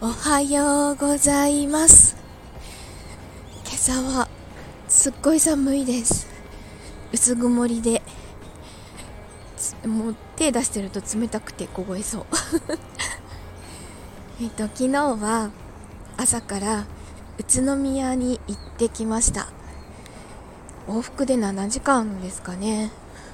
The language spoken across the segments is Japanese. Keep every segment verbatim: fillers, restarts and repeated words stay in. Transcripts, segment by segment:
おはようございます。今朝はすっごい寒いです。薄曇りでもう手出してると冷たくて凍えそうえっと昨日は朝から宇都宮に行ってきました。往復でななじかんですかね。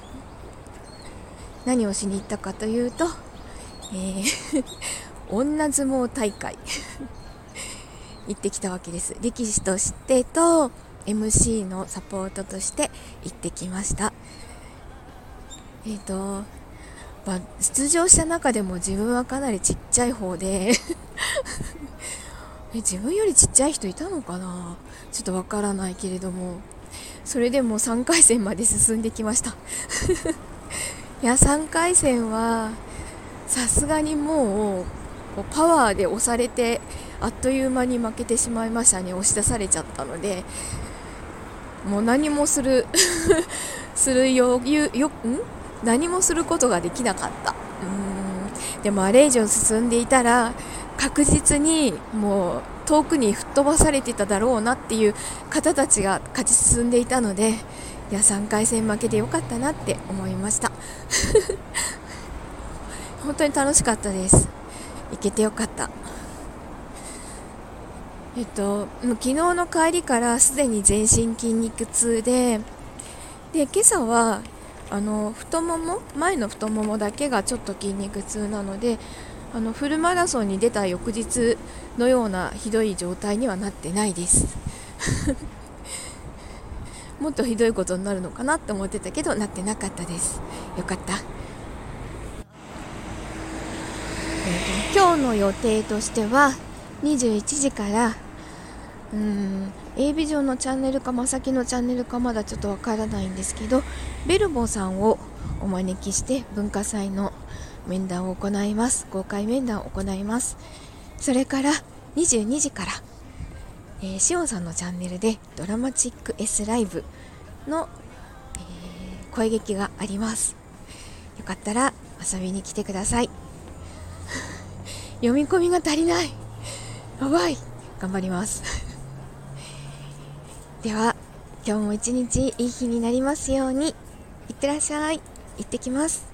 何をしに行ったかというと、えー女相撲大会行ってきたわけです。力士としてと エムシー のサポートとして行ってきました。えっ、と、まあ、出場した中でも自分はかなりちっちゃい方でえ自分よりちっちゃい人いたのかな、ちょっとわからないけれども、それでもさんかい戦まで進んできましたいやさんかい戦はさすがにもうパワーで押されてあっという間に負けてしまいましたね。押し出されちゃったので、もう何もするする余裕よん何もすることができなかった。うーんでもあれ以上進んでいたら確実にもう遠くに吹っ飛ばされてただろうなっていう方たちが勝ち進んでいたので、いやさんかい戦負けでよかったなって思いました本当に楽しかったです。行けてよかった。えっともう昨日の帰りからすでに全身筋肉痛で、で今朝はあの太もも前の太ももだけがちょっと筋肉痛なので、あのフルマラソンに出た翌日のようなひどい状態にはなってないですもっとひどいことになるのかなって思ってたけど、なってなかったです。よかった。えーと、今日の予定としてはにじゅういちじからうーん A ビジョンのチャンネルかまさきのチャンネルかまだちょっとわからないんですけど、ベルボさんをお招きして文化祭の面談を行います。公開面談を行います。それからにじゅうにじから、えー、しおんさんのチャンネルでドラマチック S ライブの、えー声劇があります。よかったら遊びに来てください。読み込みが足りない、やばい、頑張りますでは今日も一日いい日になりますように。いってらっしゃい。行ってきます。